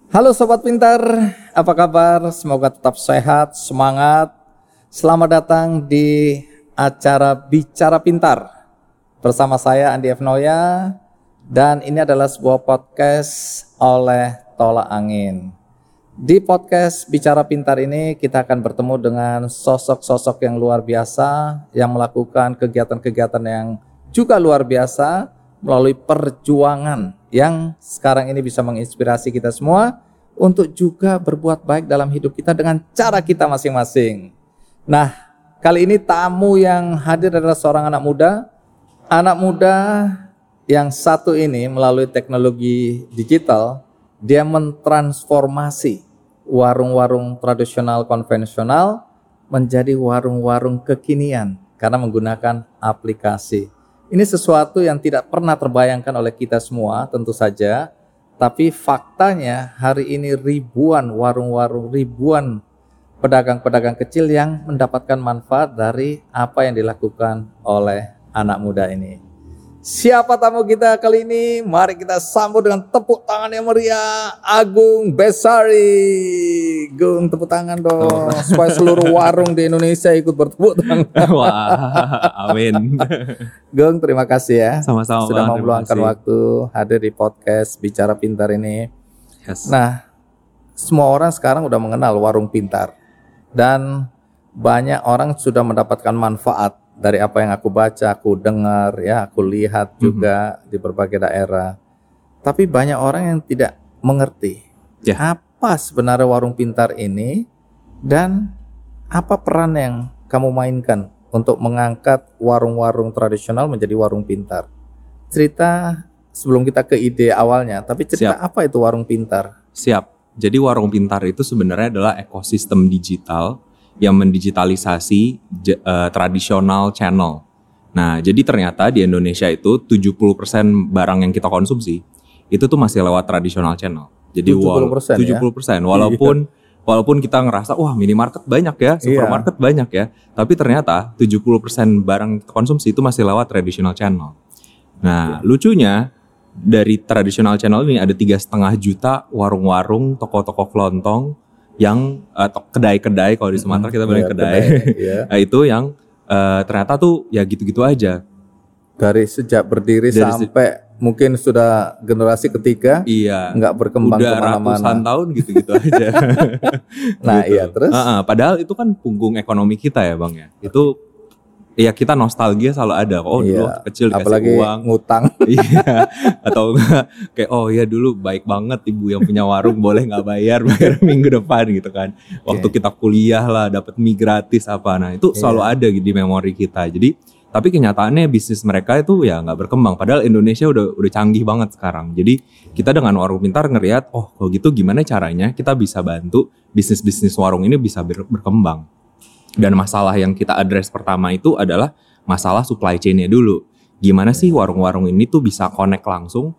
Halo Sobat Pintar, apa kabar? Semoga tetap sehat, semangat. Selamat datang di acara Bicara Pintar bersama saya Andi F. Noya. Dan ini adalah sebuah podcast oleh Tolak Angin. Di podcast Bicara Pintar ini kita akan bertemu dengan sosok-sosok yang luar biasa yang melakukan kegiatan-kegiatan yang juga luar biasa melalui perjuangan yang sekarang ini bisa menginspirasi kita semua untuk juga berbuat baik dalam hidup kita dengan cara kita masing-masing. Nah, kali ini tamu yang hadir adalah seorang anak muda yang satu ini melalui teknologi digital, dia mentransformasi warung-warung tradisional konvensional menjadi warung-warung kekinian karena menggunakan aplikasi. Ini sesuatu yang tidak pernah terbayangkan oleh kita semua tentu saja, tapi faktanya hari ini ribuan warung-warung, ribuan pedagang-pedagang kecil yang mendapatkan manfaat dari apa yang dilakukan oleh anak muda ini. Siapa tamu kita kali ini? Mari kita sambut dengan tepuk tangan yang meriah, Agung Besari. Gung, tepuk tangan dong, supaya seluruh warung di Indonesia ikut bertepuk tangan. Wah, amin. Gung, terima kasih ya. Sama-sama. Sudah mau meluangkan waktu hadir di podcast Bicara Pintar ini. Yes. Nah, semua orang sekarang udah mengenal warung pintar. Dan banyak orang sudah mendapatkan manfaat dari apa yang aku baca, aku dengar, ya, aku lihat juga di berbagai daerah. Tapi banyak orang yang tidak mengerti apa sebenarnya warung pintar ini dan apa peran yang kamu mainkan untuk mengangkat warung-warung tradisional menjadi warung pintar. Cerita sebelum kita ke ide awalnya, tapi cerita apa itu warung pintar? Siap. Jadi warung pintar itu sebenarnya adalah ekosistem digital yang mendigitalisasi tradisional channel. Nah, jadi ternyata di Indonesia itu 70% barang yang kita konsumsi itu tuh masih lewat tradisional channel. Jadi 70%, walaupun kita ngerasa wah minimarket banyak ya, supermarket banyak ya, tapi ternyata 70% barang yang kita konsumsi itu masih lewat traditional channel. Nah, lucunya dari traditional channel ini ada 3,5 juta warung-warung, toko-toko kelontong yang atau kedai-kedai, kalau di Sumatera kita bilang kedai. Nah, itu yang ternyata tuh ya gitu-gitu aja. Dari sejak berdiri sampai mungkin sudah generasi ketiga, nggak berkembang kemana-mana. Udah ratusan tahun gitu-gitu aja. Nah gitu. Iya terus. Padahal itu kan punggung ekonomi kita ya Bang ya. Itu ya kita nostalgia selalu ada. Oh dulu waktu kecil dikasih apalagi uang, ngutang. Atau kayak oh ya dulu baik banget ibu yang punya warung boleh nggak bayar minggu depan gitu kan. Waktu kita kuliah lah dapat mie gratis apa. Nah itu selalu ada gitu di memori kita. Jadi tapi kenyataannya bisnis mereka itu ya nggak berkembang. Padahal Indonesia udah canggih banget sekarang. Jadi kita dengan warung pintar ngelihat oh kalau gitu gimana caranya kita bisa bantu bisnis warung ini bisa berkembang. Dan masalah yang kita address pertama itu adalah masalah supply chain-nya dulu. Gimana sih warung-warung ini tuh bisa connect langsung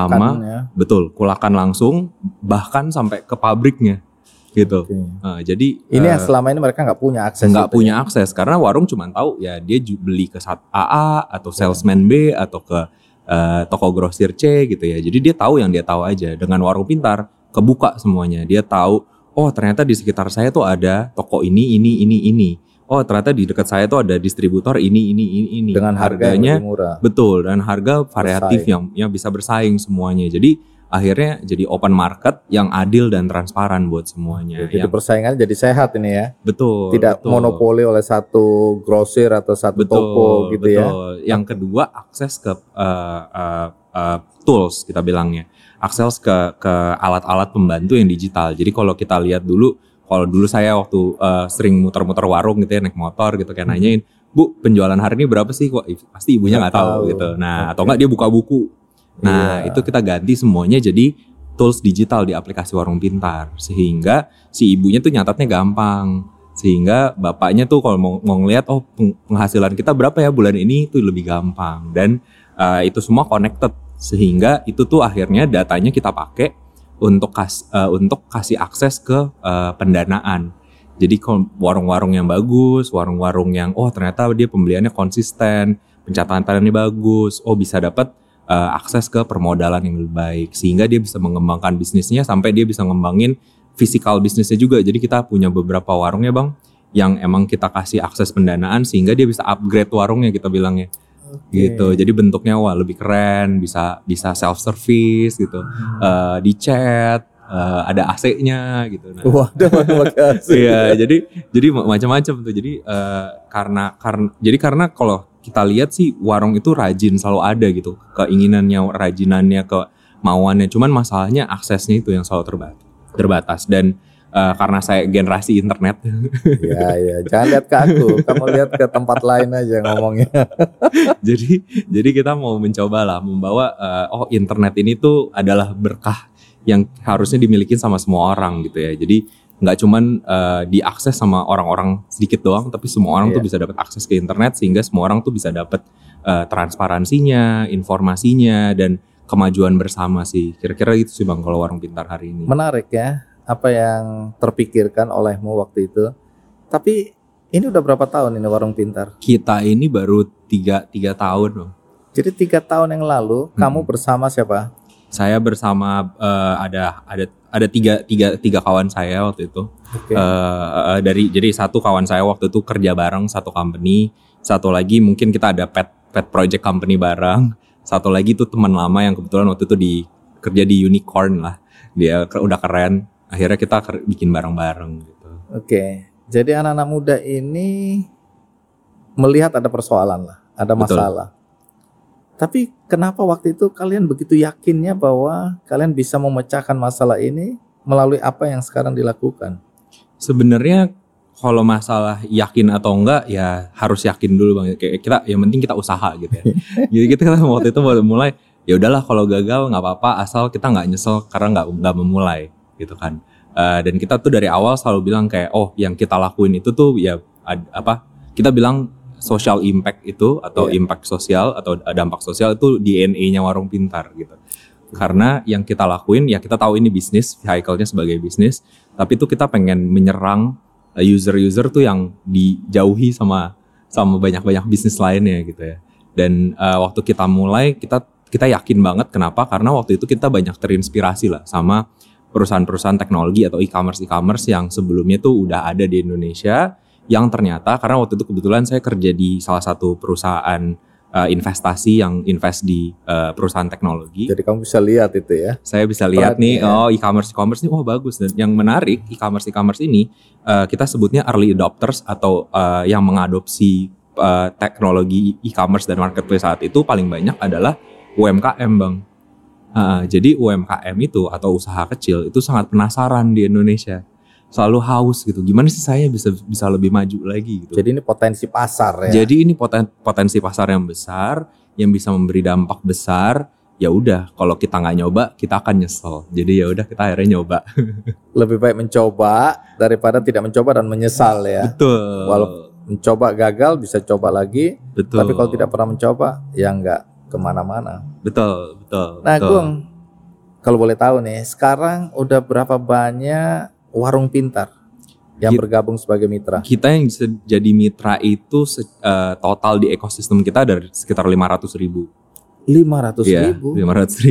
kulakan langsung bahkan sampai ke pabriknya gitu. Jadi ini yang selama ini mereka nggak punya akses. Akses karena warung cuma tahu ya dia beli ke AA atau salesman B atau ke toko grosir C gitu ya. Jadi dia tahu yang dia tahu aja. Dengan warung pintar kebuka semuanya. Dia tahu oh ternyata di sekitar saya tuh ada toko ini. Oh ternyata di dekat saya tuh ada distributor ini. Dengan harganya lebih murah. Betul, dan harga variatif yang bisa bersaing semuanya. Jadi akhirnya jadi open market yang adil dan transparan buat semuanya. Jadi persaingannya jadi sehat ini ya. Betul. Tidak monopoli oleh satu grosir atau satu toko gitu ya. Yang kedua akses ke tools kita bilangnya. Akses ke alat-alat pembantu yang digital. Jadi kalau kita lihat dulu saya waktu sering muter-muter warung gitu ya naik motor gitu kayak nanyain, Bu penjualan hari ini berapa sih? Kok pasti ibunya nggak tahu gitu. Nah atau nggak dia buka buku. Nah itu kita ganti semuanya jadi tools digital di aplikasi warung pintar sehingga si ibunya tuh nyatatnya gampang. Sehingga bapaknya tuh kalau mau ngeliat oh penghasilan kita berapa ya bulan ini tuh lebih gampang dan itu semua connected. Sehingga itu tuh akhirnya datanya kita pakai untuk kasih akses ke pendanaan. Jadi warung-warung yang bagus, warung-warung yang ternyata dia pembeliannya konsisten, pencatatannya bagus, bisa dapat akses ke permodalan yang lebih baik, sehingga dia bisa mengembangkan bisnisnya sampai dia bisa ngembangin physical bisnisnya juga. Jadi kita punya beberapa warung ya Bang, yang emang kita kasih akses pendanaan sehingga dia bisa upgrade warungnya, kita bilangnya. Gitu. Jadi bentuknya lebih keren, bisa self service gitu. Di chat, ada AC-nya gitu. Nah, Waduh, pakai AC. Iya, jadi macam-macam tuh. Jadi karena kalau kita lihat sih warung itu rajin, selalu ada gitu keinginannya, rajinannya, kemauannya. Cuman masalahnya aksesnya itu yang selalu terbatas. Dan karena saya generasi internet. Ya, jangan lihat ke aku, kamu lihat ke tempat lain aja ngomongnya. jadi kita mau mencoba lah membawa internet ini tuh adalah berkah yang harusnya dimiliki sama semua orang gitu ya. Jadi nggak cuman diakses sama orang-orang sedikit doang, tapi semua orang tuh bisa dapat akses ke internet, sehingga semua orang tuh bisa dapat transparansinya, informasinya, dan kemajuan bersama sih. Kira-kira itu sih Bang kalau Warung Pintar hari ini. Menarik ya, apa yang terpikirkan olehmu waktu itu. Tapi ini udah berapa tahun ini Warung Pintar? Kita ini baru 3 tahun Bang. Jadi 3 tahun yang lalu kamu bersama siapa? Saya bersama ada tiga kawan saya waktu itu. Jadi satu kawan saya waktu itu kerja bareng satu company, satu lagi mungkin kita ada pet project company bareng, satu lagi itu teman lama yang kebetulan waktu itu kerja di Unicorn lah, dia udah keren, akhirnya kita bikin bareng-bareng gitu. Oke, jadi anak-anak muda ini melihat ada persoalan lah, ada masalah. Tapi kenapa waktu itu kalian begitu yakinnya bahwa kalian bisa memecahkan masalah ini melalui apa yang sekarang dilakukan? Sebenarnya kalau masalah yakin atau enggak ya harus yakin dulu Bang. Kayak kita yang penting kita usaha gitu ya. Jadi kita waktu itu mulai ya udahlah kalau gagal nggak apa-apa asal kita nggak nyesel karena nggak memulai gitu kan. Dan kita tuh dari awal selalu bilang kayak yang kita lakuin itu tuh ya kita bilang social impact itu atau impact sosial atau dampak sosial itu DNA-nya Warung Pintar gitu. Karena yang kita lakuin ya kita tahu ini bisnis, vehicle-nya sebagai bisnis, tapi itu kita pengen menyerang user-user tuh yang dijauhi sama banyak-banyak bisnis lainnya gitu ya. Dan waktu kita mulai kita yakin banget kenapa? Karena waktu itu kita banyak terinspirasi lah sama perusahaan-perusahaan teknologi atau e-commerce yang sebelumnya tuh udah ada di Indonesia. Yang ternyata karena waktu itu kebetulan saya kerja di salah satu perusahaan investasi yang invest di perusahaan teknologi. Jadi kamu bisa lihat itu ya. Saya bisa lihat nih, e-commerce nih, bagus. Dan yang menarik e-commerce ini kita sebutnya early adopters atau yang mengadopsi teknologi e-commerce dan marketplace saat itu paling banyak adalah UMKM Bang. Jadi UMKM itu atau usaha kecil itu sangat penasaran di Indonesia. Selalu haus gitu. Gimana sih saya bisa lebih maju lagi gitu. Jadi ini potensi pasar ya. Jadi ini potensi pasar yang besar yang bisa memberi dampak besar. Ya udah, kalau kita nggak nyoba, kita akan nyesel. Jadi ya udah kita akhirnya nyoba. Lebih baik mencoba daripada tidak mencoba dan menyesal ya. Betul. Walaupun mencoba gagal bisa coba lagi. Betul. Tapi kalau tidak pernah mencoba ya nggak kemana-mana. Betul. Nah Gung, kalau boleh tahu nih, sekarang udah berapa banyak Warung Pintar yang bergabung sebagai mitra? Kita yang bisa jadi mitra itu total di ekosistem kita ada sekitar 500.000. 500.000?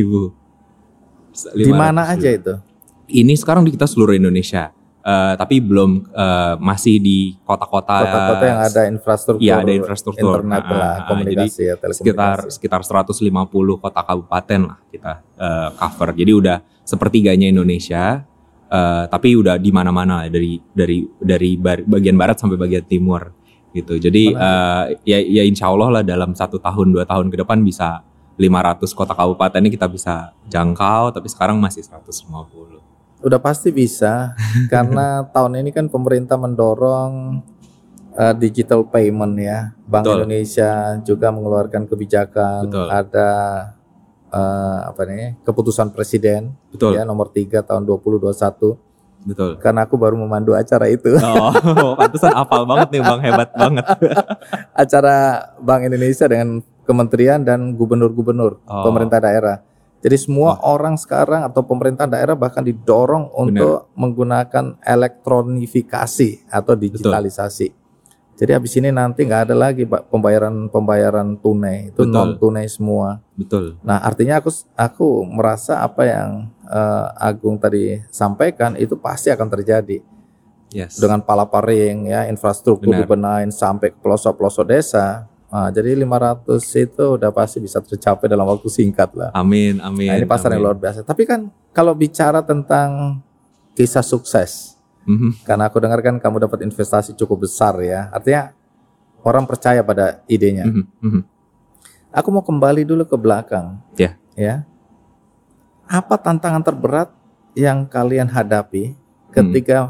500.000. Di mana aja itu? Ini sekarang di kita seluruh Indonesia. Tapi belum masih di kota-kota yang ada infrastruktur. Iya, ada infrastruktur internet lah, komunikasi ya, telekomunikasi. Sekitar 150 kota kabupaten lah kita cover. Jadi udah sepertiganya Indonesia. Tapi udah di mana-mana dari bagian barat sampai bagian timur gitu. Jadi ya insya Allah lah dalam 1 tahun 2 tahun ke depan bisa 500 kota kabupaten ini kita bisa jangkau, tapi sekarang masih 150. Udah pasti bisa karena tahun ini kan pemerintah mendorong digital payment ya. Bank Indonesia juga mengeluarkan kebijakan. Ada keputusan presiden ya nomor 3 tahun 2021. Betul. Karena aku baru memandu acara itu. Pantesan hafal banget nih Bang, hebat banget. Acara Bank Indonesia dengan kementerian dan gubernur-gubernur pemerintah daerah. Jadi semua orang sekarang atau pemerintah daerah bahkan didorong untuk menggunakan elektronifikasi atau digitalisasi. Jadi habis ini nanti nggak ada lagi pembayaran tunai, itu Betul. non tunai semua. Betul. Nah artinya aku merasa apa yang Agung tadi sampaikan itu pasti akan terjadi Yes. dengan palaparing ya, infrastruktur Benar. dibenahin sampai ke pelosok-pelosok desa. Nah, jadi 500 itu udah pasti bisa tercapai dalam waktu singkat lah. Amin. Nah, ini pasar yang amin. luar biasa. Tapi kan kalau bicara tentang kisah sukses, Mhm. karena aku dengar kan kamu dapat investasi cukup besar ya. Artinya orang percaya pada idenya. Mhm. Mhm. Aku mau kembali dulu ke belakang. Ya. Ya. Apa tantangan terberat yang kalian hadapi ketika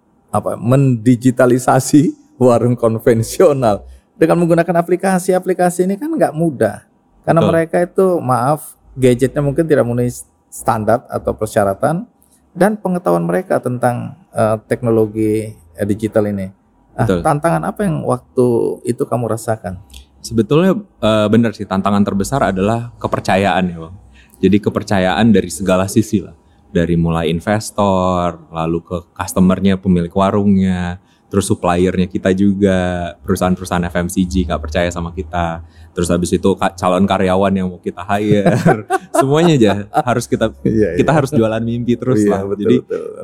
mendigitalisasi warung konvensional dengan menggunakan aplikasi-aplikasi ini kan nggak mudah. Karena Betul. mereka itu gadgetnya mungkin tidak memenuhi standar atau persyaratan dan pengetahuan mereka tentang teknologi digital ini. Betul. Tantangan apa yang waktu itu kamu rasakan? Sebetulnya benar sih, tantangan terbesar adalah kepercayaan ya Bang. Jadi kepercayaan dari segala sisi lah. Dari mulai investor, lalu ke customernya, pemilik warungnya, terus suppliernya kita juga, perusahaan-perusahaan FMCG gak percaya sama kita. Terus habis itu calon karyawan yang mau kita hire, semuanya aja harus kita harus jualan mimpi terus lah. Betul, Jadi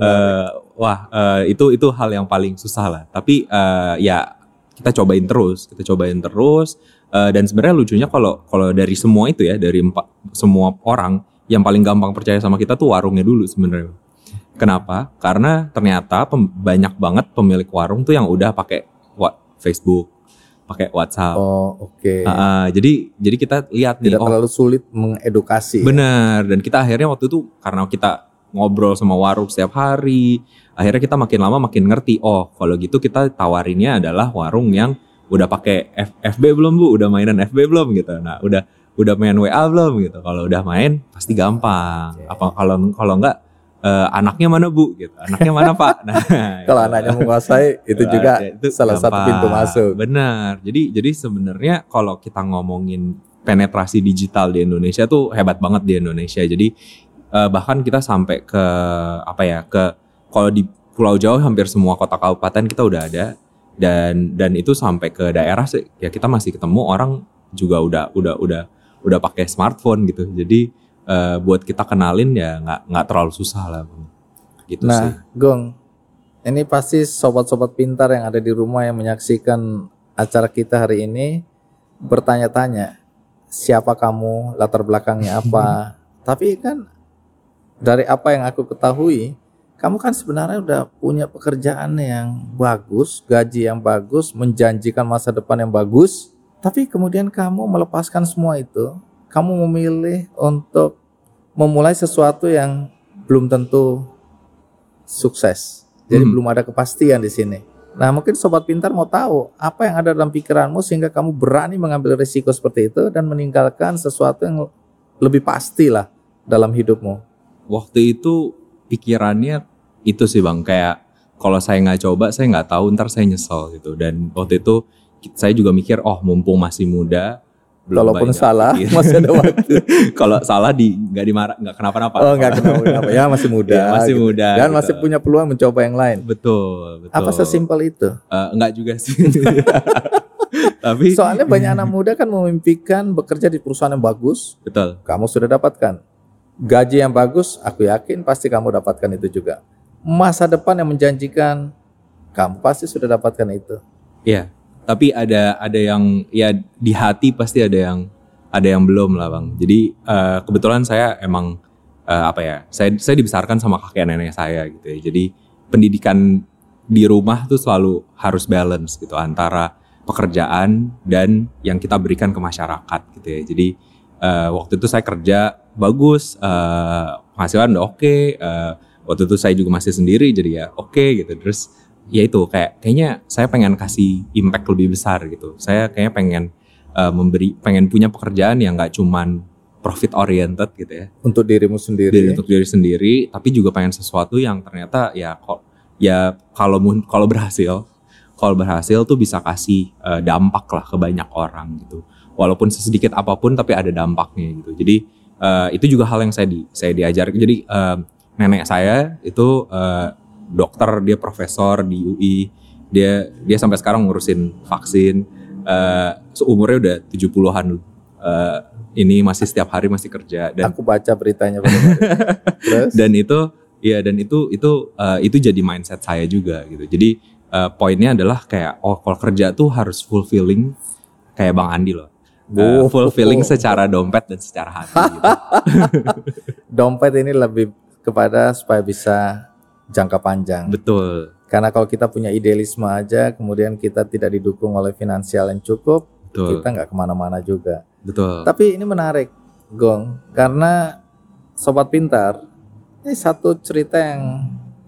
betul. itu hal yang paling susah lah. Tapi ya kita cobain terus. Dan sebenarnya lucunya kalau dari semua itu ya, dari semua orang, yang paling gampang percaya sama kita tuh warungnya dulu sebenarnya. Kenapa? Karena ternyata banyak banget pemilik warung tuh yang udah pakai Facebook, pakai WhatsApp. Oh, oke. Jadi kita lihat nih, Tidak terlalu sulit mengedukasi. Benar. Dan kita akhirnya waktu itu karena kita ngobrol sama warung setiap hari, akhirnya kita makin lama makin ngerti. Oh, kalau gitu kita tawarinnya adalah warung yang udah pakai FB belum Bu? Udah mainan FB belum gitu. Nah, udah main WA belum gitu. Kalau udah main pasti gampang. Apa kalau enggak anaknya mana Bu gitu. Anaknya mana Pak? Nah, kalau anaknya menguasai itu juga itu salah satu pintu masuk. Benar. Jadi sebenarnya kalau kita ngomongin penetrasi digital di Indonesia tuh hebat banget di Indonesia. Jadi bahkan kita sampai ke kalau di Pulau Jawa hampir semua kota kabupaten kita udah ada, dan itu sampai ke daerah sih ya kita masih ketemu orang juga udah pakai smartphone gitu. Jadi buat kita kenalin ya nggak terlalu susah lah gitu sih. Nah, Gong, ini pasti sobat-sobat pintar yang ada di rumah yang menyaksikan acara kita hari ini bertanya-tanya, siapa kamu, latar belakangnya apa. Tapi kan dari apa yang aku ketahui, kamu kan sebenarnya udah punya pekerjaan yang bagus, gaji yang bagus, menjanjikan masa depan yang bagus. Tapi kemudian kamu melepaskan semua itu, kamu memilih untuk memulai sesuatu yang belum tentu sukses. Jadi belum ada kepastian di sini. Nah, mungkin sobat pintar mau tahu apa yang ada dalam pikiranmu sehingga kamu berani mengambil risiko seperti itu dan meninggalkan sesuatu yang lebih pasti lah dalam hidupmu. Waktu itu pikirannya itu sih Bang, kayak kalau saya nggak coba saya nggak tahu ntar saya nyesel gitu. Dan waktu itu saya juga mikir, oh mumpung masih muda, kalaupun salah masih ada waktu. Kalau salah nggak dimarah, nggak kenapa-napa. Oh, nggak kenapa-napa ya, masih muda. Ya, masih gitu. muda. Dan gitu. masih punya peluang mencoba yang lain. Betul. Apa sesimpel itu? Enggak juga sih. Tapi soalnya banyak anak muda kan memimpikan bekerja di perusahaan yang bagus. Betul. Kamu sudah dapatkan. Gaji yang bagus, aku yakin pasti kamu dapatkan itu juga. Masa depan yang menjanjikan, kamu pasti sudah dapatkan itu. Iya. Tapi ada yang ya di hati pasti ada yang belum lah Bang. Jadi kebetulan saya emang saya dibesarkan sama kakek nenek saya gitu ya. Jadi pendidikan di rumah tuh selalu harus balance gitu antara pekerjaan dan yang kita berikan ke masyarakat gitu ya. Jadi waktu itu saya kerja bagus, penghasilan udah oke. Waktu itu saya juga masih sendiri jadi ya oke gitu. Terus ya itu kayaknya saya pengen kasih impact lebih besar gitu. Saya kayaknya pengen punya pekerjaan yang nggak cuman profit oriented gitu ya. Untuk dirimu sendiri. Untuk diri sendiri, tapi juga pengen sesuatu yang ternyata kalau berhasil tuh bisa kasih dampak lah ke banyak orang gitu. Walaupun sesedikit apapun tapi ada dampaknya gitu. Jadi itu juga hal yang saya diajar. Jadi nenek saya itu dokter, dia profesor di UI. Dia sampai sekarang ngurusin vaksin. Umurnya udah 70-an. Ini masih setiap hari masih kerja. Dan aku baca beritanya terus? Dan itu jadi mindset saya juga gitu. Jadi poinnya adalah kayak kalau kerja tuh harus fulfilling kayak Bang Andi loh. Fulfilling secara dompet dan secara hati gitu. Dompet ini lebih kepada supaya bisa jangka panjang. Betul. Karena kalau kita punya idealisme aja, kemudian kita tidak didukung oleh finansial yang cukup, betul, kita nggak kemana-mana juga. Betul. Tapi ini menarik, Gong, karena Sobat Pintar, ini satu cerita yang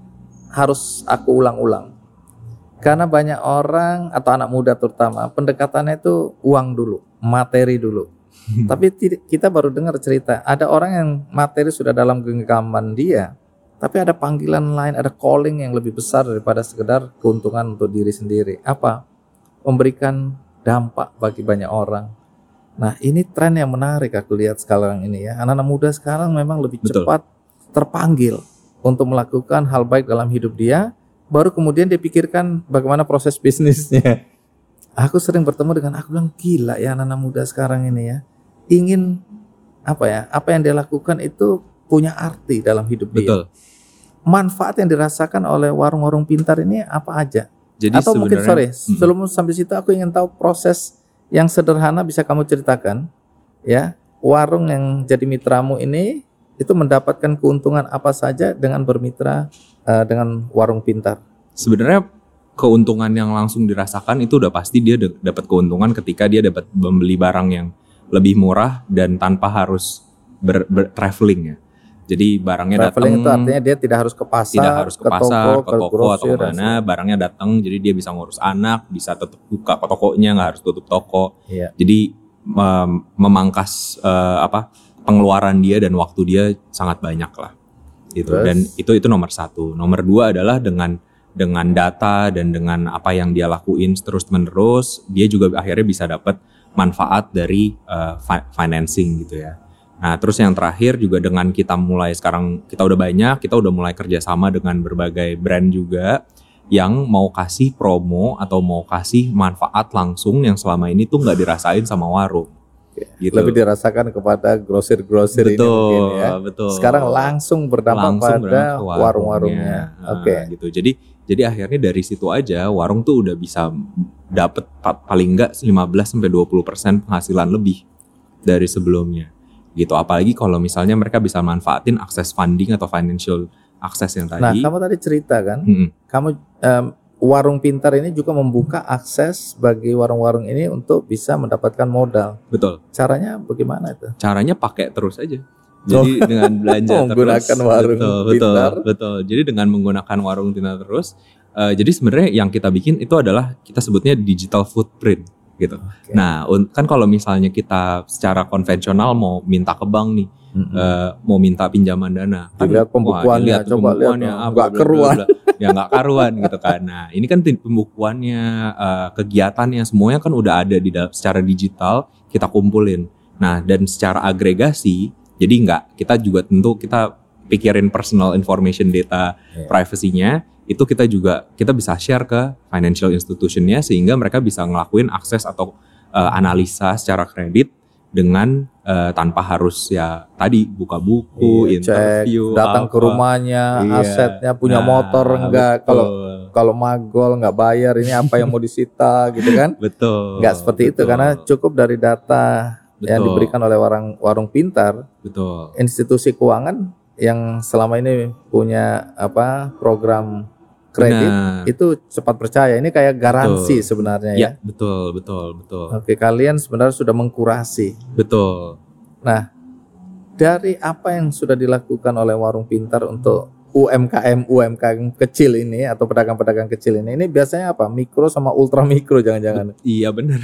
harus aku ulang-ulang. Karena banyak orang atau anak muda terutama, pendekatannya itu uang dulu, materi dulu. Tapi kita baru dengar cerita, ada orang yang materi sudah dalam genggaman dia, tapi ada panggilan lain, ada calling yang lebih besar daripada sekedar keuntungan untuk diri sendiri. Apa? Memberikan dampak bagi banyak orang. Nah, ini tren yang menarik aku lihat sekarang ini ya. Anak-anak muda sekarang memang lebih cepat terpanggil untuk melakukan hal baik dalam hidup dia, baru kemudian dia pikirkan bagaimana proses bisnisnya. Aku sering bertemu dengan, aku bilang gila ya anak-anak muda sekarang ini ya. Ingin apa yang dia lakukan itu punya arti dalam hidup dia. Manfaat yang dirasakan oleh warung-warung pintar ini apa aja? Jadi atau mungkin sebelum sampai situ aku ingin tahu proses yang sederhana bisa kamu ceritakan ya. Warung yang jadi mitramu ini itu mendapatkan keuntungan apa saja dengan bermitra dengan warung pintar? Sebenarnya keuntungan yang langsung dirasakan itu udah pasti dia dapat keuntungan ketika dia dapat membeli barang yang lebih murah dan tanpa harus traveling ya. Jadi barangnya datang. Traveling itu artinya dia tidak harus ke pasar, ke toko atau kemana, barangnya datang. Jadi dia bisa ngurus anak, bisa tetap buka tokonya, nggak harus tutup toko. Iya. Jadi memangkas pengeluaran dia dan waktu dia sangat banyak lah. Gitu. Dan itu nomor satu. Nomor dua adalah dengan data dan dengan apa yang dia lakuin terus menerus, dia juga akhirnya bisa dapat manfaat dari financing gitu ya. Nah terus yang terakhir juga dengan kita mulai sekarang, kita udah banyak, kita udah mulai kerjasama dengan berbagai brand juga yang mau kasih promo atau mau kasih manfaat langsung yang selama ini tuh nggak dirasain sama warung. Gitu. Lebih dirasakan kepada grosir-grosir ini mungkin ya. Betul. Sekarang langsung berdampak pada warung-warungnya. Gitu. Jadi akhirnya dari situ aja warung tuh udah bisa dapat paling enggak 15-20% penghasilan lebih dari sebelumnya. Gitu. Apalagi kalau misalnya mereka bisa manfaatin akses funding atau financial access yang tadi. Nah, kamu tadi cerita kan, kamu warung pintar ini juga membuka akses bagi warung-warung ini untuk bisa mendapatkan modal. Betul. Caranya bagaimana itu? Caranya pakai terus aja. Jadi dengan belanja terus. Menggunakan warung pintar. Betul. Jadi dengan menggunakan warung pintar terus. Jadi sebenarnya yang kita bikin itu adalah kita sebutnya digital footprint gitu. Okay. Nah, kan kalau misalnya kita secara konvensional mau minta ke bank nih, mau minta pinjaman dana, lihat pembukuannya, coba lihat nggak karuan. Ya nggak karuan gitu kan. Nah ini kan pembukuannya, kegiatannya semuanya kan udah ada secara digital kita kumpulin. Nah dan secara agregasi, jadi kita juga tentu kita pikirin personal information data privacy-nya, itu kita bisa share ke financial institution-nya sehingga mereka bisa ngelakuin akses atau analisa secara kredit dengan tanpa harus ya tadi buka buku, interview, datang ke rumahnya, asetnya, punya motor enggak, kalau magol enggak bayar, ini apa yang mau disita gitu kan. Betul. Enggak seperti itu karena cukup dari data yang diberikan oleh warung pintar. Betul. Institusi keuangan yang selama ini punya program kredit itu cepat percaya. Ini kayak garansi sebenarnya ya. Betul. Oke, kalian sebenarnya sudah mengkurasi. Betul. Nah, dari apa yang sudah dilakukan oleh warung pintar untuk UMKM kecil ini atau pedagang-pedagang kecil ini biasanya apa? Mikro sama ultra mikro jangan-jangan. Iya benar.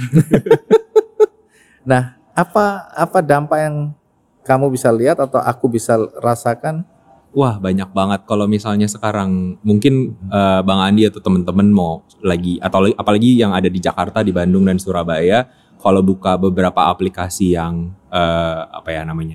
Nah, apa dampak yang kamu bisa lihat atau aku bisa rasakan? Wah banyak banget. Kalau misalnya sekarang mungkin Bang Andi atau teman-teman mau lagi atau apalagi yang ada di Jakarta, di Bandung dan Surabaya, kalau buka beberapa aplikasi yang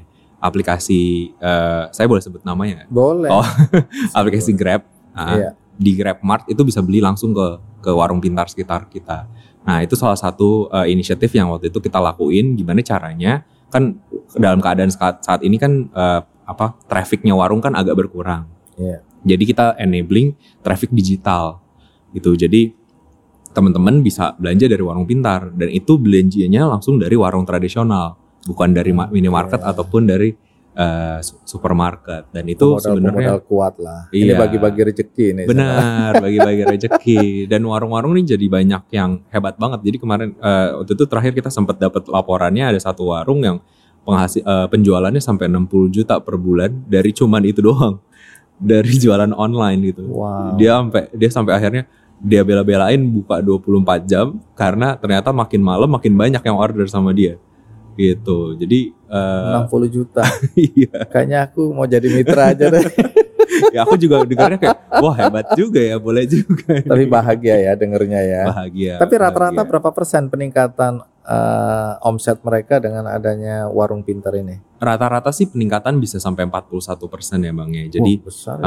aplikasi saya boleh sebut namanya nggak? Boleh. Aplikasi Grab. di GrabMart itu bisa beli langsung ke warung pintar sekitar kita. Nah itu salah satu inisiatif yang waktu itu kita lakuin. Gimana caranya? Kan dalam keadaan saat ini kan trafficnya warung kan agak berkurang. Yeah. Jadi kita enabling traffic digital gitu. Jadi teman-teman bisa belanja dari warung pintar dan itu belanjanya langsung dari warung tradisional, bukan dari minimarket ataupun dari supermarket. Dan itu sebenarnya modal kuat lah. Iya, ini bagi-bagi rezeki nih. Benar, bagi-bagi rezeki. Dan warung-warung ini jadi banyak yang hebat banget. Jadi kemarin waktu itu terakhir kita sempat dapat laporannya ada satu warung yang penjualannya sampai 60 juta per bulan dari cuman itu doang. Dari jualan online gitu. Wow. Dia sampai akhirnya dia bela-belain buka 24 jam karena ternyata makin malam makin banyak yang order sama dia. Gitu. Jadi 60 juta. Iya. Kayaknya aku mau jadi mitra aja deh. Ya aku juga dengarnya kayak wah hebat juga ya, boleh juga. Tapi bahagia ya dengernya ya. Bahagia. Tapi rata-rata berapa persen peningkatan omset mereka dengan adanya warung pintar ini? Rata-rata sih peningkatan bisa sampai 41% ya Bang ya. Jadi besar,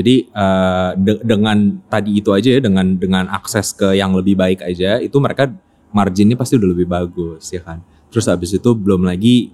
dengan tadi itu aja ya, dengan akses ke yang lebih baik aja itu mereka marginnya pasti udah lebih bagus ya kan. Terus habis itu belum lagi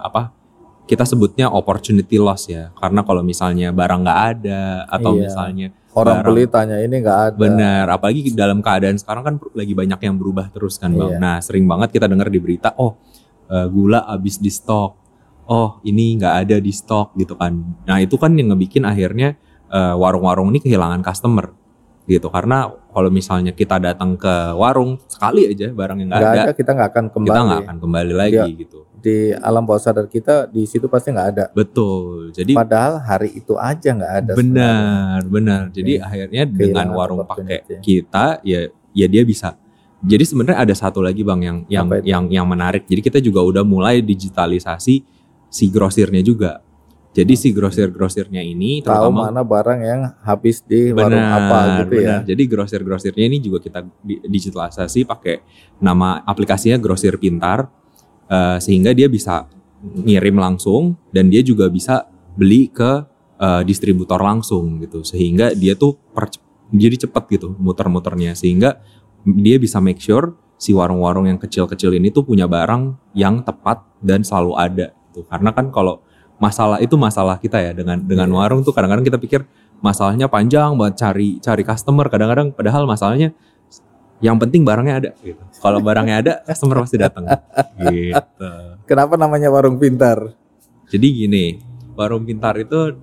kita sebutnya opportunity loss ya. Karena kalau misalnya barang nggak ada atau misalnya orang beli tanya ini nggak ada. Benar, apalagi dalam keadaan sekarang kan lagi banyak yang berubah terus kan Bang. Nah sering banget kita dengar di berita, gula habis di stok, ini nggak ada di stok gitu kan. Nah itu kan yang ngebikin akhirnya warung-warung ini kehilangan customer gitu. Karena kalau misalnya kita datang ke warung sekali aja barang yang nggak ada, kita nggak akan kembali. Kita nggak akan kembali lagi gitu. Di alam bawah sadar kita di situ pasti nggak ada. Betul. Jadi padahal hari itu aja nggak ada. Benar. Jadi akhirnya dengan warung pakai kita ya dia bisa. Jadi sebenarnya ada satu lagi Bang yang menarik. Jadi kita juga udah mulai digitalisasi si grosirnya juga. Jadi si grosirnya ini tahu mana barang yang habis di warung apa gitu ya. Jadi grosirnya ini juga kita digitalisasi pakai nama aplikasinya Grosir Pintar, sehingga dia bisa ngirim langsung dan dia juga bisa beli ke distributor langsung gitu. Sehingga dia tuh jadi cepat gitu muter-muternya, sehingga dia bisa make sure si warung-warung yang kecil-kecil ini tuh punya barang yang tepat dan selalu ada gitu. Karena kan kalau masalah kita ya dengan warung tuh kadang-kadang kita pikir masalahnya panjang banget cari customer, kadang-kadang padahal masalahnya yang penting barangnya ada gitu. Kalau barangnya ada customer pasti datang gitu. Kenapa namanya warung pintar? Jadi gini, warung pintar itu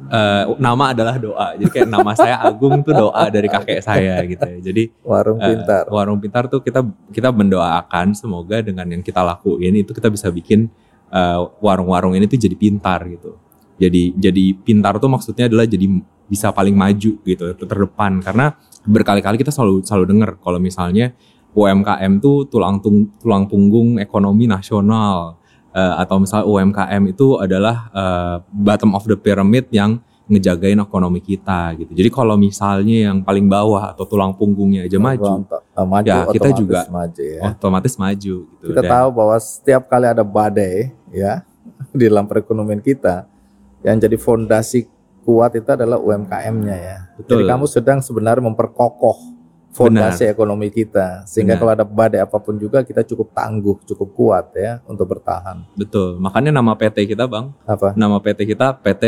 nama adalah doa. Jadi kayak nama saya Agung tuh doa dari kakek saya gitu ya. Jadi warung pintar tuh kita mendoakan semoga dengan yang kita lakuin itu kita bisa bikin warung-warung ini tuh jadi pintar gitu. Jadi pintar tuh maksudnya adalah jadi bisa paling maju gitu, terdepan. Karena berkali-kali kita selalu dengar kalau misalnya UMKM tuh tulang punggung ekonomi nasional, atau misalnya UMKM itu adalah bottom of the pyramid yang ngejagain ekonomi kita gitu. Jadi kalau misalnya yang paling bawah atau tulang punggungnya aja maju ya kita juga otomatis maju gitu. Kita tahu bahwa setiap kali ada badai ya di dalam perekonomian kita, yang jadi fondasi kuat itu adalah UMKM-nya ya. Betul. Jadi kamu sedang sebenarnya memperkokoh fondasi ekonomi kita, sehingga kalau ada badai apapun juga kita cukup tangguh, cukup kuat ya untuk bertahan. Betul. Makanya nama PT kita Bang, apa? Nama PT kita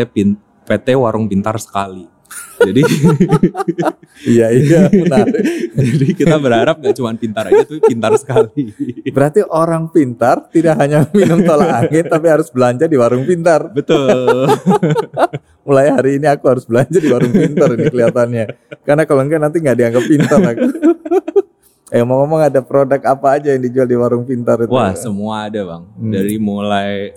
PT Warung Pintar Sekali. Jadi iya menarik. Jadi kita berharap gak cuma pintar aja tuh, pintar sekali. Berarti orang pintar tidak hanya minum tolak angin tapi harus belanja di warung pintar. Betul. Mulai hari ini aku harus belanja di warung pintar ini kelihatannya. Karena kalau enggak nanti nggak dianggap pintar aku. Ngomong-ngomong ada produk apa aja yang dijual di warung pintar itu? Wah, semua ada Bang. Dari mulai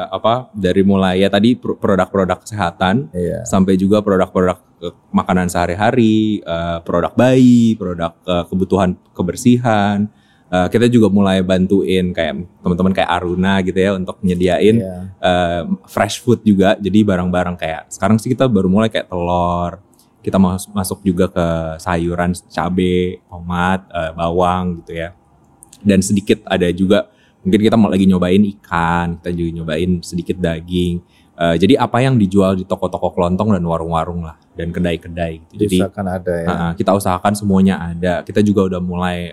ya tadi produk-produk kesehatan, sampai juga produk-produk makanan sehari-hari, produk bayi, produk kebutuhan kebersihan. Kita juga mulai bantuin kayak teman-teman kayak Aruna gitu ya untuk nyediain fresh food juga. Jadi barang-barang kayak sekarang sih kita baru mulai kayak telur. Kita masuk juga ke sayuran, cabai, tomat, bawang gitu ya. Dan sedikit ada juga Mungkin kita lagi nyobain ikan, kita juga nyobain sedikit daging. Jadi apa yang dijual di toko-toko kelontong dan warung-warung lah, dan kedai-kedai gitu. Jadi Usahakan ada ya. kita usahakan semuanya ada. Kita juga udah mulai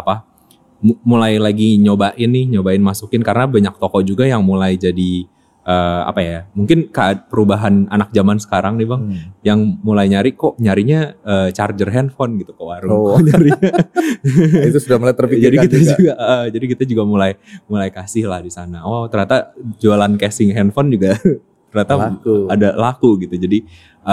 mulai lagi nyobain masukin, karena banyak toko juga yang mulai jadi mungkin perubahan anak zaman sekarang nih Bang, yang mulai nyarinya charger handphone gitu ke warung. Nyarinya. Itu sudah mulai terpikirkan jadi kita juga mulai kasih lah di sana. Oh ternyata jualan casing handphone juga ternyata laku gitu. Jadi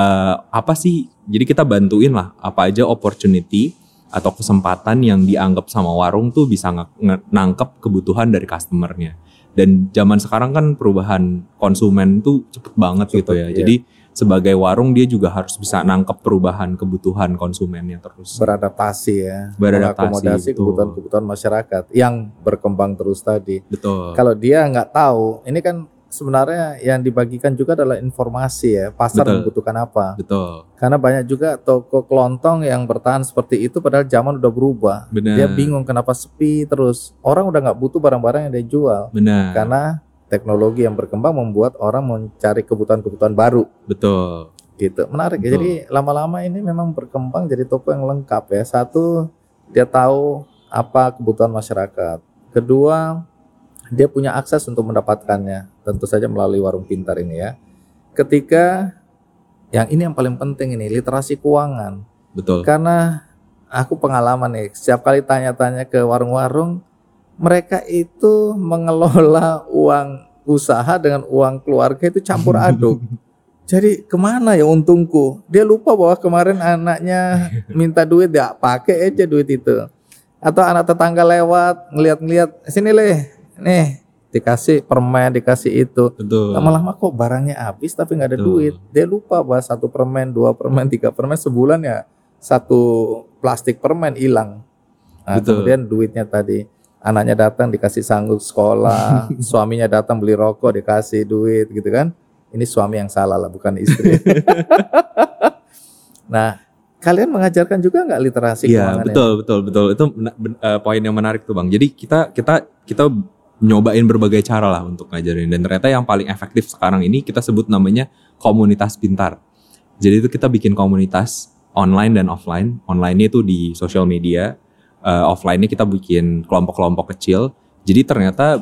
jadi kita bantuin lah apa aja opportunity atau kesempatan yang dianggap sama warung tuh bisa nangkep kebutuhan dari customernya. Dan zaman sekarang kan perubahan konsumen tuh cepet banget gitu ya. Iya. Jadi sebagai warung dia juga harus bisa nangkep perubahan kebutuhan konsumennya terus. Beradaptasi ya. Mengakomodasi kebutuhan masyarakat yang berkembang terus tadi. Betul. Kalau dia nggak tahu, ini kan sebenarnya yang dibagikan juga adalah informasi ya, pasar membutuhkan apa. Betul. Karena banyak juga toko kelontong yang bertahan seperti itu padahal zaman udah berubah. Benar. Dia bingung kenapa sepi terus. Orang udah nggak butuh barang-barang yang dia jual. Benar. Karena teknologi yang berkembang membuat orang mencari kebutuhan-kebutuhan baru. Betul. Gitu. Menarik ya. Jadi lama-lama ini memang berkembang jadi toko yang lengkap ya. Satu, dia tahu apa kebutuhan masyarakat. Kedua, dia punya akses untuk mendapatkannya, tentu saja melalui warung pintar ini ya. Ketiga, yang ini yang paling penting ini, literasi keuangan. Betul. Karena aku pengalaman nih, setiap kali tanya-tanya ke warung-warung, mereka itu mengelola uang usaha dengan uang keluarga itu campur aduk. Jadi kemana ya untungku? Dia lupa bahwa kemarin anaknya minta duit, dia pakai aja duit itu. Atau anak tetangga lewat, ngeliat-ngeliat, sini nih dikasih permen, dikasih itu. Lama-lama kok barangnya habis tapi nggak ada duit. Dia lupa bahwa 1 permen, 2 permen, 3 permen sebulan ya 1 plastik permen hilang. Nah, kemudian duitnya tadi anaknya datang dikasih sanggup sekolah, suaminya datang beli rokok dikasih duit gitu kan. Ini suami yang salah lah, bukan istri. Nah, kalian mengajarkan juga nggak literasi keuangan? Iya, betul. Itu poin yang menarik tuh Bang. Jadi kita nyobain berbagai cara lah untuk ngajarin, dan ternyata yang paling efektif sekarang ini kita sebut namanya komunitas pintar. Jadi itu kita bikin komunitas online dan offline. Online-nya itu di social media, offline-nya kita bikin kelompok-kelompok kecil. Jadi ternyata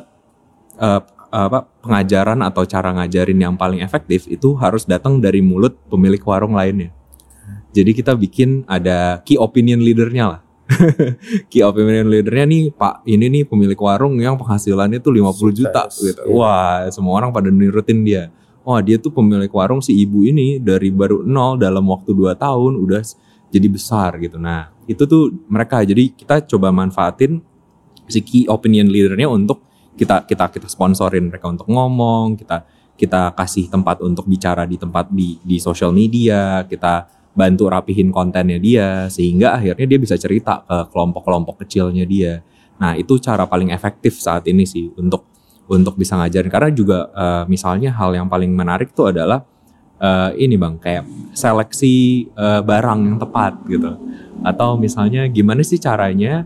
pengajaran atau cara ngajarin yang paling efektif itu harus datang dari mulut pemilik warung lainnya. Jadi kita bikin ada key opinion leader-nya lah. Key opinion leadernya nih Pak ini nih pemilik warung yang penghasilannya tuh 50 juta gitu. Wah semua orang pada nirutin dia. Wah dia tuh pemilik warung, si ibu ini dari baru 0 dalam waktu 2 tahun udah jadi besar gitu. Nah itu tuh mereka, jadi kita coba manfaatin si key opinion leadernya untuk kita sponsorin mereka untuk ngomong, kita kasih tempat untuk bicara di tempat di social media, kita bantu rapihin kontennya dia sehingga akhirnya dia bisa cerita ke kelompok-kelompok kecilnya dia. Nah itu cara paling efektif saat ini sih untuk bisa ngajarin. Karena juga misalnya hal yang paling menarik tuh adalah ini Bang, kayak seleksi barang yang tepat gitu. Atau misalnya gimana sih caranya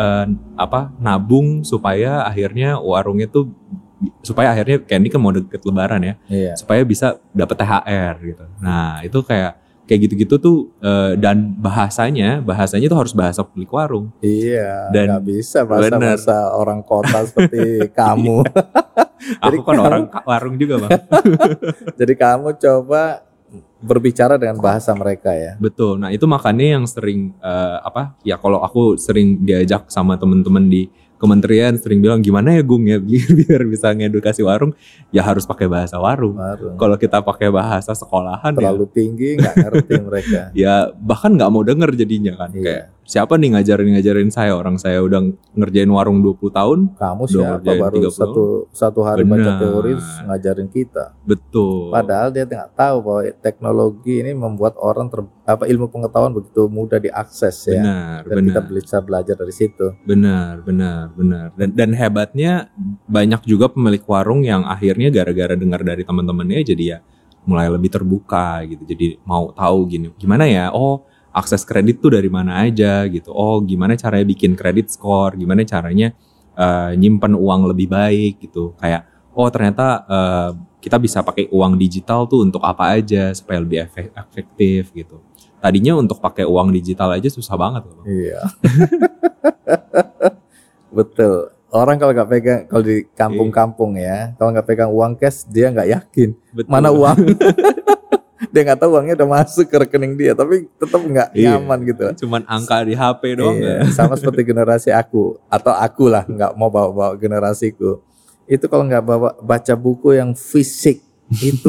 nabung supaya akhirnya warungnya tuh, supaya akhirnya kayak ini kan mau deket lebaran ya, supaya bisa dapet THR gitu. Nah itu kayak gitu-gitu tuh dan bahasanya tuh harus bahasa pemilik warung. Iya, dan nggak bisa bahasa orang kota seperti kamu. Aku kan orang warung juga Bang. Jadi kamu coba berbicara dengan bahasa mereka ya. Betul. Nah itu makanya yang sering kalau aku sering diajak sama teman-teman di kementerian sering bilang gimana ya Gung ya biar bisa ngedukasi warung, ya harus pakai bahasa warung. Kalau kita pakai bahasa sekolahan terlalu tinggi nggak ngerti mereka. Ya bahkan nggak mau denger jadinya kan. Kayak siapa nih ngajarin saya, orang saya udah ngerjain warung 20 tahun. Kamu siapa baru satu hari baca teori ngajarin kita. Betul. Padahal dia nggak tahu bahwa teknologi ini membuat orang ilmu pengetahuan begitu mudah diakses ya. Dan kita bisa belajar dari situ. Benar. Dan hebatnya banyak juga pemilik warung yang akhirnya gara-gara dengar dari teman-temannya jadi ya mulai lebih terbuka gitu. Jadi mau tahu gimana ya, akses kredit tuh dari mana aja gitu. Gimana caranya bikin kredit score, gimana caranya nyimpen uang lebih baik gitu. Kayak oh ternyata kita bisa pakai uang digital tuh untuk apa aja supaya lebih efektif gitu. Tadinya untuk pakai uang digital aja susah banget loh. Iya. Betul. Orang kalau nggak pegang, kalau di kampung-kampung ya, kalau nggak pegang uang cash dia nggak yakin. Betul. Mana uang. Dia nggak tahu uangnya udah masuk ke rekening dia, tapi tetap nggak nyaman gitu. Cuman angka di HP doang. Sama seperti generasi aku atau aku lah, nggak mau bawa generasiku. Itu kalau nggak baca buku yang fisik itu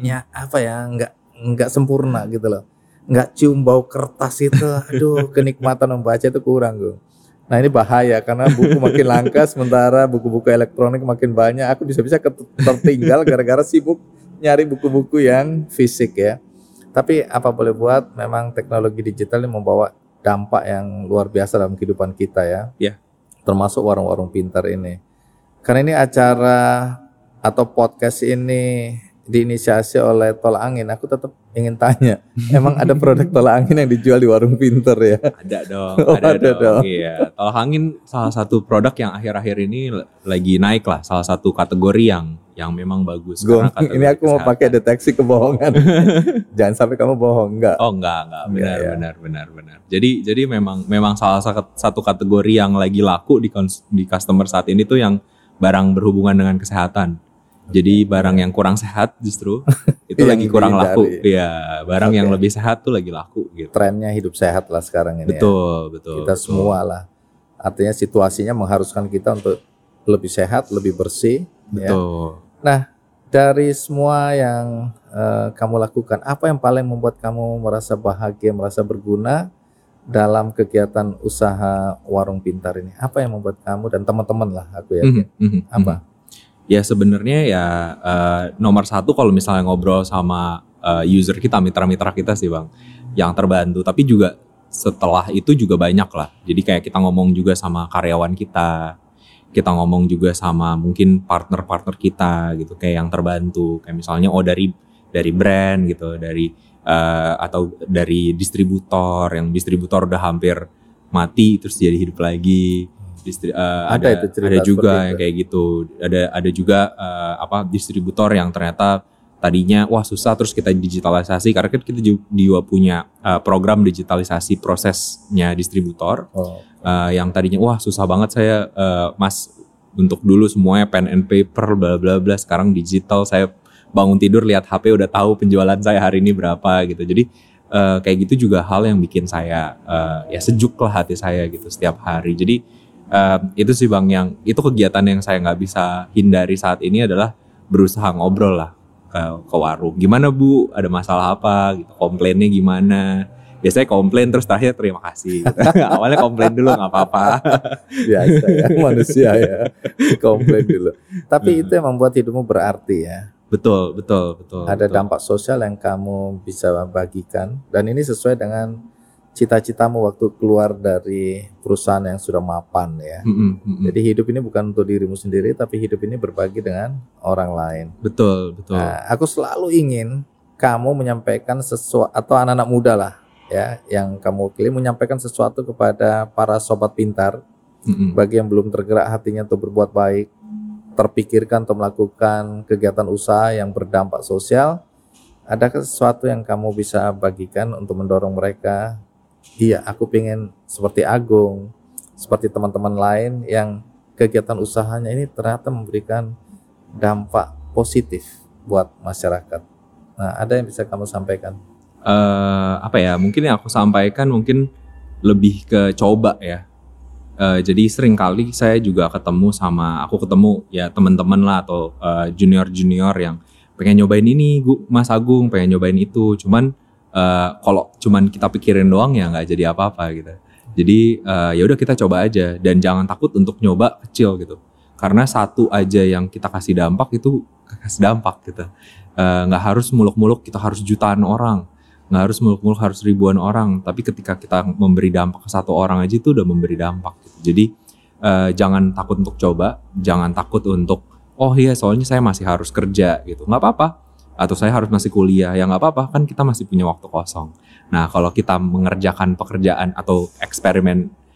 nggak sempurna gitu loh. Nggak cium bau kertas itu, aduh kenikmatan membaca itu kurang gue. Nah ini bahaya karena buku makin langka sementara buku-buku elektronik makin banyak. Aku bisa-bisa tertinggal gara-gara sibuk nyari buku-buku yang fisik ya. Tapi apa boleh buat, memang teknologi digital ini membawa dampak yang luar biasa dalam kehidupan kita ya. Yeah. Termasuk warung-warung pintar ini. Karena ini acara atau podcast ini diinisiasi oleh Tol Angin, aku tetap ingin tanya, emang ada produk Tol Angin yang dijual di warung pintar ya? Ada dong, ada dong. Iya, Tol Angin salah satu produk yang akhir-akhir ini lagi naik lah, salah satu kategori yang memang bagus. Ini aku mau pakai deteksi kebohongan. Jangan sampai kamu bohong, enggak? Oh enggak, benar. Jadi memang salah satu kategori yang lagi laku di customer saat ini tuh yang barang berhubungan dengan kesehatan. Jadi barang yang kurang sehat justru itu lagi kurang laku. Iya, barang yang lebih sehat tuh lagi laku gitu. Trennya hidup sehat lah sekarang ini. Betul. Kita semua lah. Artinya situasinya mengharuskan kita untuk lebih sehat, lebih bersih. Betul. Ya. Nah, dari semua yang kamu lakukan, apa yang paling membuat kamu merasa bahagia, merasa berguna dalam kegiatan usaha warung pintar ini? Apa yang membuat kamu dan teman-teman lah, aku yakin. Apa? Ya sebenarnya ya nomor satu kalau misalnya ngobrol sama user kita, mitra-mitra kita sih Bang, yang terbantu. Tapi juga setelah itu juga banyak lah. Jadi kayak kita ngomong juga sama karyawan kita ngomong juga sama mungkin partner-partner kita gitu, kayak yang terbantu. Kayak misalnya dari brand gitu, atau dari yang distributor udah hampir mati terus jadi hidup lagi. Ada juga yang kayak gitu. Ada juga distributor yang ternyata tadinya wah susah terus kita digitalisasi karena kan kita juga punya program digitalisasi prosesnya distributor. Yang tadinya wah susah banget saya Mas untuk dulu semuanya pen and paper bla bla bla, sekarang digital, saya bangun tidur lihat HP udah tahu penjualan saya hari ini berapa gitu. Jadi kayak gitu juga hal yang bikin saya ya sejuk lah hati saya gitu setiap hari. Jadi itu sih Bang, yang itu kegiatan yang saya nggak bisa hindari saat ini adalah berusaha ngobrol lah ke warung. Gimana Bu? Ada masalah apa? Gitu. Komplainnya gimana? Biasanya komplain terus terakhir terima kasih. Gitu. Awalnya komplain dulu nggak apa-apa. Biasa ya manusia ya, komplain dulu. Tapi itu yang membuat hidupmu berarti ya. Betul. Ada dampak sosial yang kamu bisa bagikan dan ini sesuai dengan cita-citamu waktu keluar dari perusahaan yang sudah mapan ya. Jadi hidup ini bukan untuk dirimu sendiri, tapi hidup ini berbagi dengan orang lain. Betul. Nah, aku selalu ingin kamu menyampaikan sesuatu, atau anak-anak muda lah ya, yang kamu pilih, menyampaikan sesuatu kepada para sobat pintar. Bagi yang belum tergerak hatinya untuk berbuat baik, terpikirkan untuk melakukan kegiatan usaha yang berdampak sosial, adakah sesuatu yang kamu bisa bagikan untuk mendorong mereka? Iya, aku pengen seperti Agung, seperti teman-teman lain yang kegiatan usahanya ini ternyata memberikan dampak positif buat masyarakat. Nah, ada yang bisa kamu sampaikan? Mungkin yang aku sampaikan mungkin lebih ke coba ya. Jadi sering kali saya juga ketemu ya teman-teman lah atau junior-junior yang pengen nyobain ini, Mas Agung pengen nyobain itu, cuman kalau cuman kita pikirin doang ya nggak jadi apa-apa gitu. Jadi ya udah kita coba aja dan jangan takut untuk nyoba kecil gitu. Karena satu aja yang kita kasih dampak itu kasih dampak gitu. Nggak harus muluk-muluk kita harus jutaan orang, nggak harus muluk-muluk harus ribuan orang. Tapi ketika kita memberi dampak ke satu orang aja itu udah memberi dampak. Gitu. Jadi jangan takut untuk coba, jangan takut untuk soalnya saya masih harus kerja gitu. Nggak apa-apa. Atau saya harus masih kuliah, ya nggak apa-apa, kan kita masih punya waktu kosong. Nah kalau kita mengerjakan pekerjaan atau eksperimen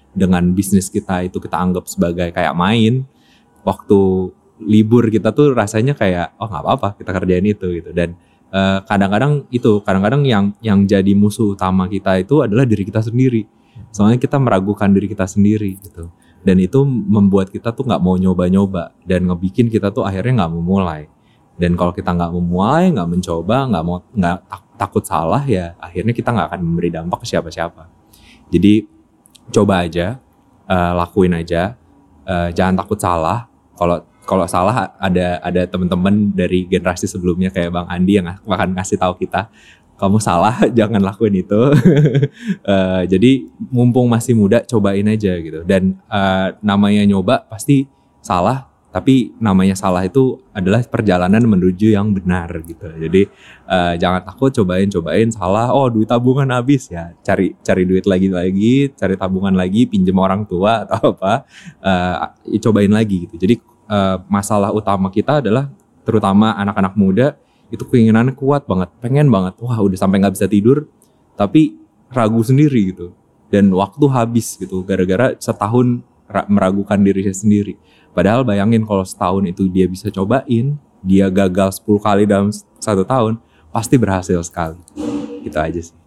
dengan bisnis kita itu kita anggap sebagai kayak main, waktu libur kita tuh rasanya kayak oh nggak apa-apa kita kerjain itu gitu. Dan kadang-kadang yang jadi musuh utama kita itu adalah diri kita sendiri. Soalnya kita meragukan diri kita sendiri gitu. Dan itu membuat kita tuh nggak mau nyoba-nyoba dan ngebikin kita tuh akhirnya nggak mau mulai. Dan kalau kita nggak mau mulai, nggak mencoba, nggak takut salah, ya akhirnya kita nggak akan memberi dampak ke siapa-siapa. Jadi coba aja, lakuin aja, jangan takut salah. Kalau salah ada teman-teman dari generasi sebelumnya kayak Bang Andi yang akan ngasih tahu kita, kamu salah, jangan lakuin itu. Jadi mumpung masih muda, cobain aja gitu. Dan namanya nyoba pasti salah, tapi namanya salah itu adalah perjalanan menuju yang benar gitu. Jadi jangan takut, cobain salah. Oh, duit tabungan habis ya, cari duit lagi, cari tabungan lagi, pinjam orang tua atau apa, cobain lagi gitu. Jadi masalah utama kita adalah terutama anak-anak muda itu keinginannya kuat banget, pengen banget, wah udah sampai nggak bisa tidur, tapi ragu sendiri gitu, dan waktu habis gitu gara-gara setahun meragukan dirinya sendiri. Padahal bayangin kalau setahun itu dia bisa cobain, dia gagal 10 kali dalam 1 tahun, pasti berhasil sekali. Gitu aja sih.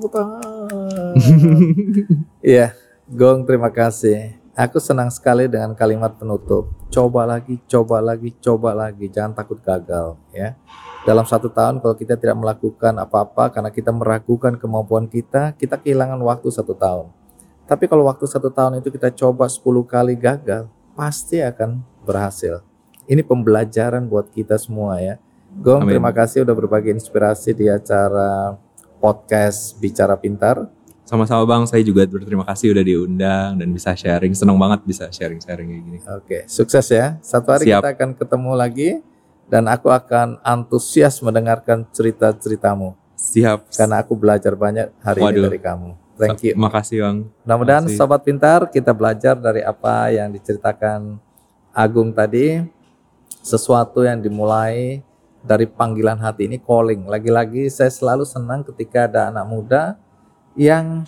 Iya, Gong, terima kasih. Aku senang sekali dengan kalimat penutup. Coba lagi, jangan takut gagal ya. Dalam 1 tahun kalau kita tidak melakukan apa-apa karena kita meragukan kemampuan kita kehilangan waktu 1 tahun. Tapi kalau waktu 1 tahun itu kita coba 10 kali gagal, pasti akan berhasil. Ini pembelajaran buat kita semua ya. Gong, amin. Terima kasih udah berbagi inspirasi di acara podcast Bicara Pintar. Sama-sama Bang, saya juga berterima kasih udah diundang dan bisa sharing. Senang banget bisa sharing-sharing kayak gini. Oke, sukses ya. Satu hari Siap. Kita akan ketemu lagi dan aku akan antusias mendengarkan cerita-ceritamu. Siap. Karena aku belajar banyak hari ini dari kamu. Thank you. Makasih Bang. Mudah-mudahan Sobat Pintar kita belajar dari apa yang diceritakan Agung tadi. Sesuatu yang dimulai dari panggilan hati ini, calling. Lagi-lagi saya selalu senang ketika ada anak muda yang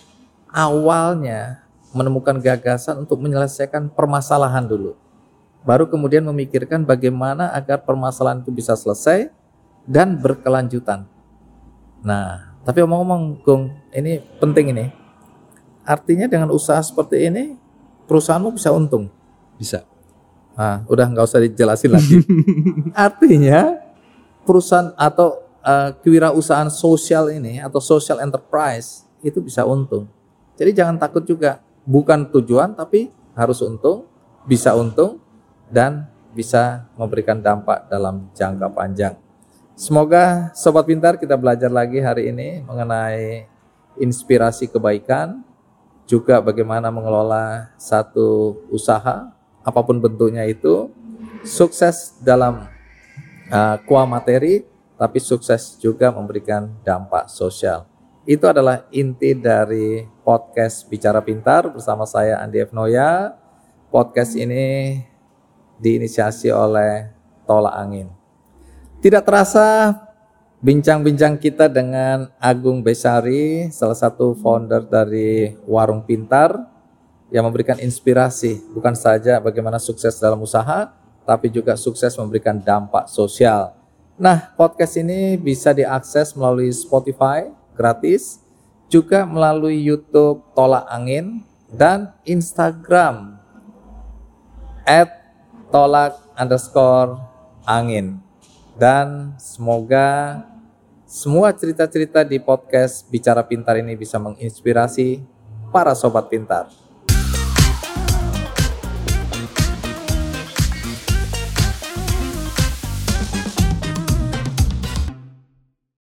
awalnya menemukan gagasan untuk menyelesaikan permasalahan dulu. Baru kemudian memikirkan bagaimana agar permasalahan itu bisa selesai dan berkelanjutan. Nah, tapi omong-omong Gong, ini penting ini. Artinya dengan usaha seperti ini, perusahaanmu bisa untung? Bisa. Nah, udah nggak usah dijelasin lagi. Artinya perusahaan atau kewirausahaan sosial ini atau social enterprise itu bisa untung. Jadi jangan takut juga. Bukan tujuan tapi harus untung, bisa untung dan bisa memberikan dampak dalam jangka panjang. Semoga Sobat Pintar kita belajar lagi hari ini mengenai inspirasi kebaikan, juga bagaimana mengelola satu usaha apapun bentuknya itu, sukses dalam kuah materi tapi sukses juga memberikan dampak sosial. Itu adalah inti dari podcast Bicara Pintar bersama saya Andi F. Noya. Podcast ini diinisiasi oleh Tolak Angin. Tidak terasa bincang-bincang kita dengan Agung Besari, salah satu founder dari Warung Pintar yang memberikan inspirasi bukan saja bagaimana sukses dalam usaha, tapi juga sukses memberikan dampak sosial. Nah, podcast ini bisa diakses melalui Spotify gratis, juga melalui YouTube Tolak Angin dan Instagram @tolak_angin. Dan semoga semua cerita-cerita di podcast Bicara Pintar ini bisa menginspirasi para sobat pintar.